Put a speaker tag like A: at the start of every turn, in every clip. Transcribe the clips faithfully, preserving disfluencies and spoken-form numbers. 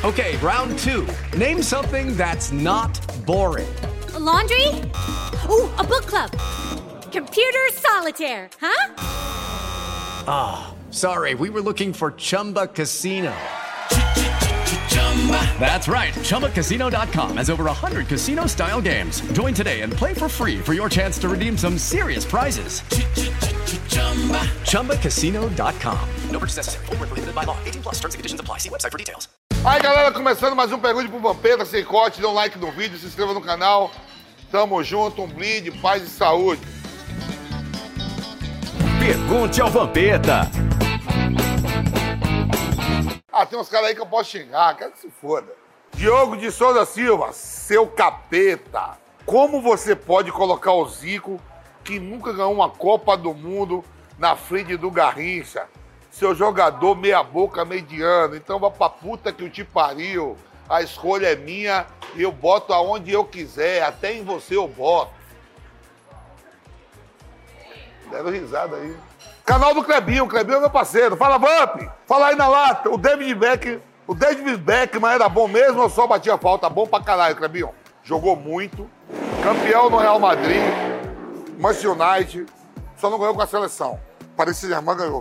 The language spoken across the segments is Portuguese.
A: Okay, round two. Name something that's not boring.
B: A laundry? Ooh, a book club. Computer solitaire, huh?
A: Ah, oh, sorry, we were looking for Chumba Casino. That's right, Chumba Casino dot com has over one hundred casino-style games. Join today and play for free for your chance to redeem some serious prizes. Chumba Casino dot com. No purchase necessary. Void where prohibited by law. eighteen plus terms and conditions apply. See website for details.
C: Aí, galera, começando mais um Pergunte pro Vampeta, sem corte, dê um like no vídeo, se inscreva no canal. Tamo junto, um brinde, paz e saúde.
D: Pergunte ao Vampeta.
C: Ah, tem uns caras aí que eu posso xingar, quero que se foda. Diogo de Souza Silva, seu capeta. Como você pode colocar o Zico, que nunca ganhou uma Copa do Mundo, na frente do Garrincha? Seu jogador meia boca mediano, então vá pra puta que o te pariu. A escolha é minha e eu boto aonde eu quiser, até em você eu boto. Deram risada aí. Canal do Clebinho, o Clebinho é meu parceiro. Fala, Vamp! Fala aí na lata. O David Beck, o David Beckman era bom mesmo ou só batia falta? Bom pra caralho, Clebinho. Jogou muito. Campeão no Real Madrid. Manchester United. Só não ganhou com a seleção. Paris Saint-Germain ganhou.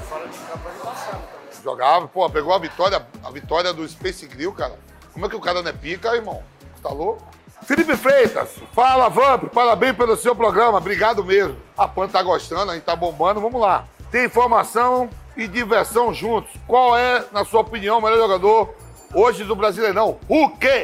C: Jogava, pô, pegou a vitória, a vitória do Space Grill, cara. Como é que o cara não é pica, irmão? Você tá louco? Felipe Freitas, fala, Vamp, parabéns pelo seu programa, obrigado mesmo. A Pan tá gostando, a gente tá bombando, vamos lá. Tem informação e diversão juntos. Qual é, na sua opinião, o melhor jogador hoje do Brasileirão? Hulk!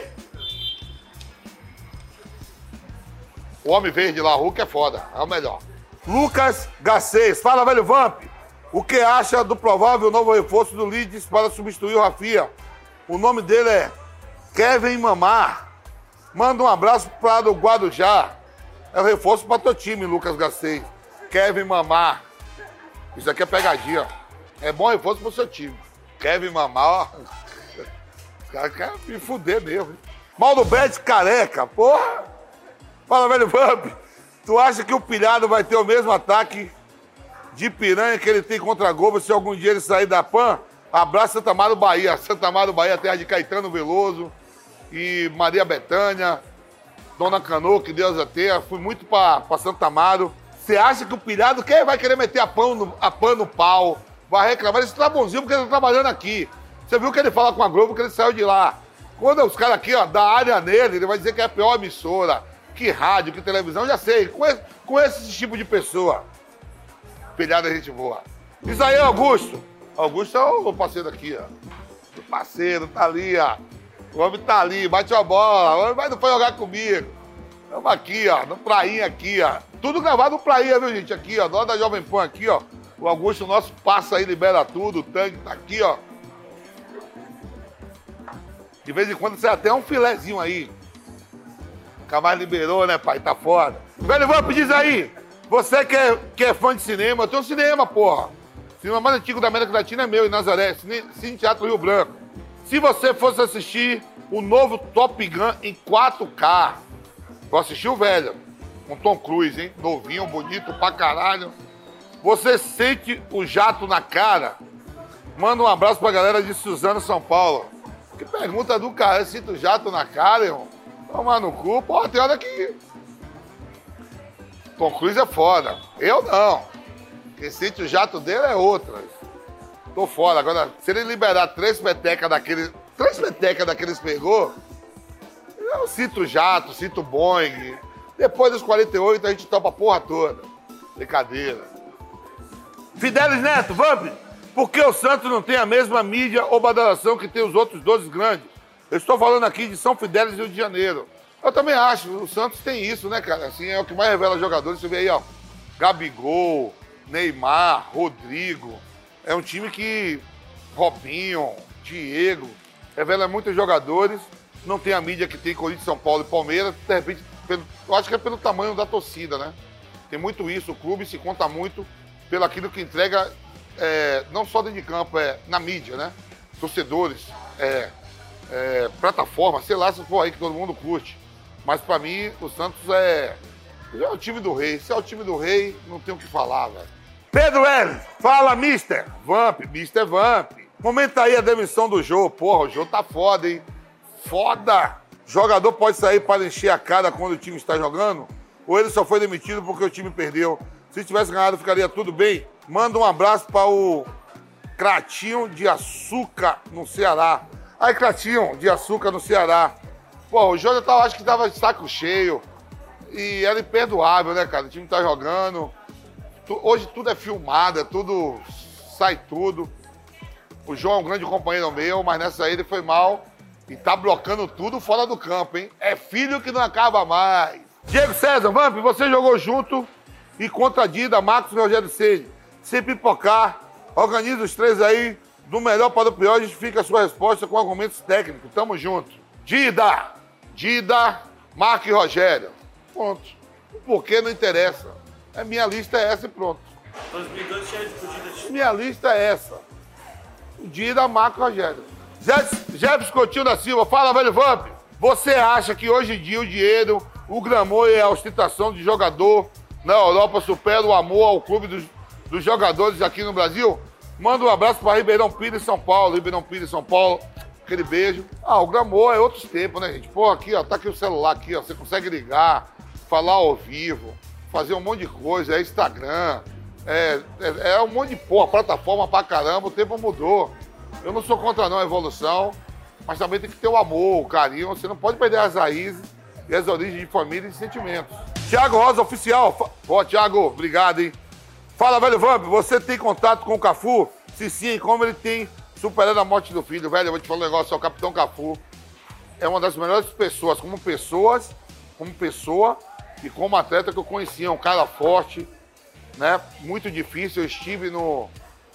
C: O homem verde lá, Hulk é foda, é o melhor. Lucas Garcês, fala, velho Vamp. O que acha do provável novo reforço do Leeds para substituir o Rafinha? O nome dele é Kevin Mamar. Manda um abraço para o Guarujá. É o reforço para teu time, Lucas Garcês. Kevin Mamar. Isso aqui é pegadinha. É bom reforço para o seu time. Kevin Mamar, ó. Os caras querem me fuder mesmo. Hein? Mauro Betti careca, porra. Fala, velho Vamp. Tu acha que o Pilhado vai ter o mesmo ataque de piranha que ele tem contra a Globo se algum dia ele sair da Pan? Abraço Santa Amaro, Bahia. Santa Amaro, Bahia, terra de Caetano Veloso e Maria Bethânia, Dona Canoa, que Deus a tenha. Fui muito pra, pra Santa Amaro. Você acha que o Pilhado, quem vai querer meter a Pan, no, a Pan no pau? Vai reclamar? Ele tá bonzinho porque ele tá trabalhando aqui. Você viu que ele fala com a Globo que ele saiu de lá. Quando os caras aqui, ó, dá área nele, ele vai dizer que é a pior emissora, que rádio, que televisão, já sei. Com esse, com esse tipo de pessoa. Pilhado a gente voa. Isso aí, Augusto. Augusto é o parceiro aqui, ó. O parceiro tá ali, ó. O homem tá ali, bate a bola. O homem vai, não foi jogar comigo. Estamos aqui, ó, no prainha aqui, ó. Tudo gravado no prainha, viu, gente? Aqui, ó, do lado da Jovem Pan aqui, ó. O Augusto, nosso, passa aí, libera tudo. O tanque tá aqui, ó. De vez em quando sai até um filezinho aí. O Camargo liberou, né, pai? Tá foda. Velho, vamos pedir isso aí. Você que é, que é fã de cinema, eu tenho um cinema, porra. O cinema mais antigo da América Latina é meu, em Nazaré, Cine, Cine Teatro Rio Branco. Se você fosse assistir o novo Top Gun em quatro K, vou assistir o velho, com Tom Cruise, hein? Novinho, bonito pra caralho. Você sente o jato na cara? Manda um abraço pra galera de Suzano, São Paulo. Que pergunta do cara, sinto o jato na cara, irmão? Toma no cu, porra, tem hora que... Tom Cruise é foda. Eu não. Quem sente o jato dele é outra. Tô fora. Agora, se ele liberar três petecas daqueles... Três petecas daqueles pegou, eu sinto o jato, sinto o Boeing. Depois dos quarenta e oito, a gente topa a porra toda. Brincadeira. Fidelis Neto, Vamp, por que o Santos não tem a mesma mídia ou badalação que tem os outros doze grandes? Eu estou falando aqui de São Fidélis e Rio de Janeiro. Eu também acho, o Santos tem isso, né, cara? Assim, é o que mais revela jogadores. Você vê aí, ó, Gabigol, Neymar, Rodrigo. É um time que Robinho, Diego, revela muitos jogadores. Não tem a mídia que tem Corinthians, São Paulo e Palmeiras. De repente, pelo, eu acho que é pelo tamanho da torcida, né? Tem muito isso, o clube se conta muito pelo aquilo que entrega, é, não só dentro de campo, é na mídia, né? Torcedores, é, é, plataforma, sei lá se for aí que todo mundo curte. Mas pra mim, o Santos é, é o time do rei. Se é o time do rei, não tem o que falar, velho. Pedro L, fala, mister Vamp, mister Vamp. Momento aí a demissão do Jô. Porra, o Jô tá foda, hein? Foda! Jogador pode sair para encher a cara quando o time está jogando? Ou ele só foi demitido porque o time perdeu? Se tivesse ganhado, ficaria tudo bem? Manda um abraço para o Cratinho de Açúcar, no Ceará. Aí, Cratinho de Açúcar, no Ceará. Pô, o Jô eu tava, acho que tava de saco cheio. E era imperdoável, né, cara? O time tá jogando. Hoje tudo é filmado, é tudo... Sai tudo. O João é um grande companheiro meu, mas nessa aí ele foi mal. E tá blocando tudo fora do campo, hein? É filho que não acaba mais. Diego César, Vamp, você jogou junto e contra a Dida, Marcos e Rogério Ceni. Sem pipocar, organiza os três aí, do melhor para o pior, justifica a sua resposta com argumentos técnicos. Tamo junto. Dida, Dida, Marcos e Rogério. Pronto. O porquê não interessa. A minha lista é essa e pronto.
E: dois mil e dois cheio de Dida.
C: Minha lista é essa. Dida, Marcos e Rogério. Jefferson Coutinho da Silva, fala, velho Vamp. Você acha que hoje em dia o dinheiro, o glamour e a ostentação de jogador na Europa supera o amor ao clube dos, dos jogadores aqui no Brasil? Manda um abraço para Ribeirão Pires, São Paulo. Ribeirão Pires, São Paulo. Aquele beijo. Ah, o glamour é outros tempos, né, gente? Pô, aqui, ó, tá aqui o celular aqui, ó. Você consegue ligar, falar ao vivo, fazer um monte de coisa. É Instagram, é, é, é um monte de porra, plataforma pra caramba. O tempo mudou. Eu não sou contra não a evolução, mas também tem que ter o amor, o carinho. Você não pode perder as raízes e as origens de família e de sentimentos. Thiago Rosa, oficial. Ó, Thiago, obrigado, hein? Fala, velho Vamp, você tem contato com o Cafu? Se sim, como ele tem superado a morte do filho? Velho, eu vou te falar um negócio, é o Capitão Cafu. É uma das melhores pessoas, como pessoas, como pessoa e como atleta que eu conhecia. Um cara forte, né? Muito difícil. Eu estive no...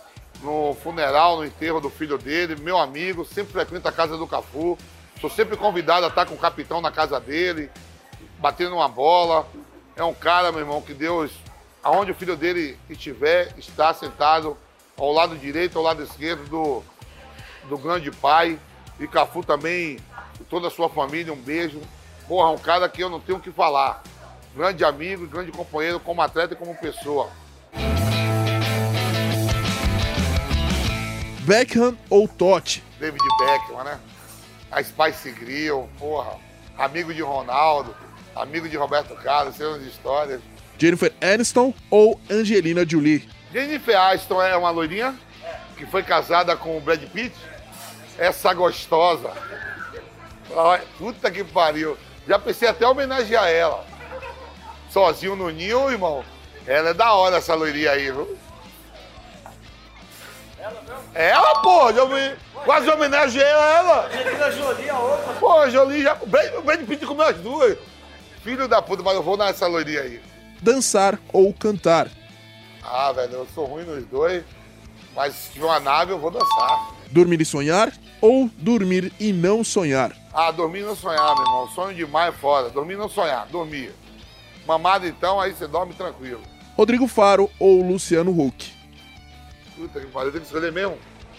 C: no funeral, no enterro do filho dele, meu amigo, sempre frequento a casa do Cafu. Sou sempre convidado a estar com o capitão na casa dele, batendo uma bola. É um cara, meu irmão, que Deus, aonde o filho dele estiver, está sentado ao lado direito, ao lado esquerdo do, do grande pai. E Cafu também, toda a sua família, um beijo. Porra, um cara que eu não tenho o que falar. Grande amigo, grande companheiro, como atleta e como pessoa.
F: Beckham ou Totti?
C: David Beckham, né? A Spice Grill, porra. Amigo de Ronaldo, amigo de Roberto Carlos, sei umas histórias.
F: Jennifer Aniston ou Angelina Jolie?
C: Jennifer Aniston é uma loirinha que foi casada com o Brad Pitt. Essa gostosa. Ai, puta que pariu. Já pensei até homenagear ela. Sozinho no ninho, irmão. Ela é da hora, essa loirinha aí, viu? Ela, pô, eu me... quase homenageei a ela.
E: Angelina Jolie, a outra.
C: Pô, a Jolie já... O Brad Pitt comeu as duas. Filho da puta, mas eu vou nessa loirinha aí.
F: Dançar ou cantar?
C: Ah, velho, eu sou ruim nos dois, mas se tiver uma nave eu vou dançar.
F: Dormir e sonhar ou dormir e não sonhar?
C: Ah, dormir e não sonhar, meu irmão. Sonho demais é foda. Dormir e não sonhar, dormir. Mamado então, aí você dorme tranquilo.
F: Rodrigo Faro ou Luciano Huck?
C: Puta que pariu, tem que escolher mesmo.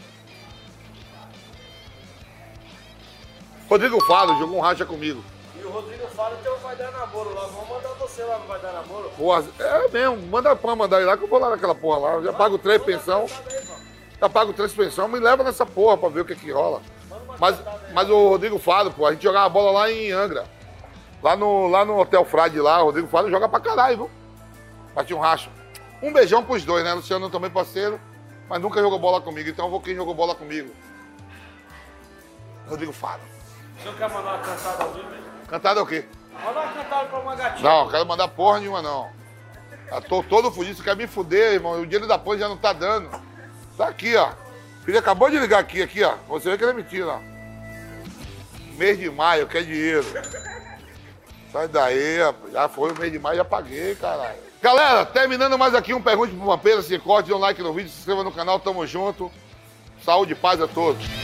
C: Rodrigo Faro jogou um racha comigo.
E: E o Rodrigo fala que vai dar namoro lá. Vamos mandar você lá, não vai dar namoro?
C: Porra, é mesmo, manda pra mandar ele lá que eu vou lá naquela porra lá. Eu já pago três pensão. Já pago três pensão, me leva nessa porra pra ver o que que rola. Mas, mas o Rodrigo Faro, pô, a gente jogava bola lá em Angra. Lá no, lá no Hotel Frade lá, o Rodrigo Faro joga pra caralho, viu? Partiu um racha. Um beijão pros dois, né? Luciano também parceiro, mas nunca jogou bola comigo, então eu vou quem jogou bola comigo. Rodrigo Faro.
E: O senhor quer mandar uma cantada ao vivo, hein?
C: Cantada é o quê?
E: Manda uma cantada pra uma gatinha.
C: Não, quero mandar porra nenhuma, não. Eu tô todo fudido, você quer me fuder, irmão. O dinheiro da porra já não tá dando. Tá aqui, ó. O filho acabou de ligar aqui, aqui, ó. Você vê que ele é mentira, ó. Mês de maio, quer dinheiro. Sai daí, já foi o mês de maio, já paguei, caralho. Galera, terminando mais aqui um Pergunte pro Vampeiro, se corte, dê um like no vídeo, se inscreva no canal, tamo junto. Saúde e paz a todos.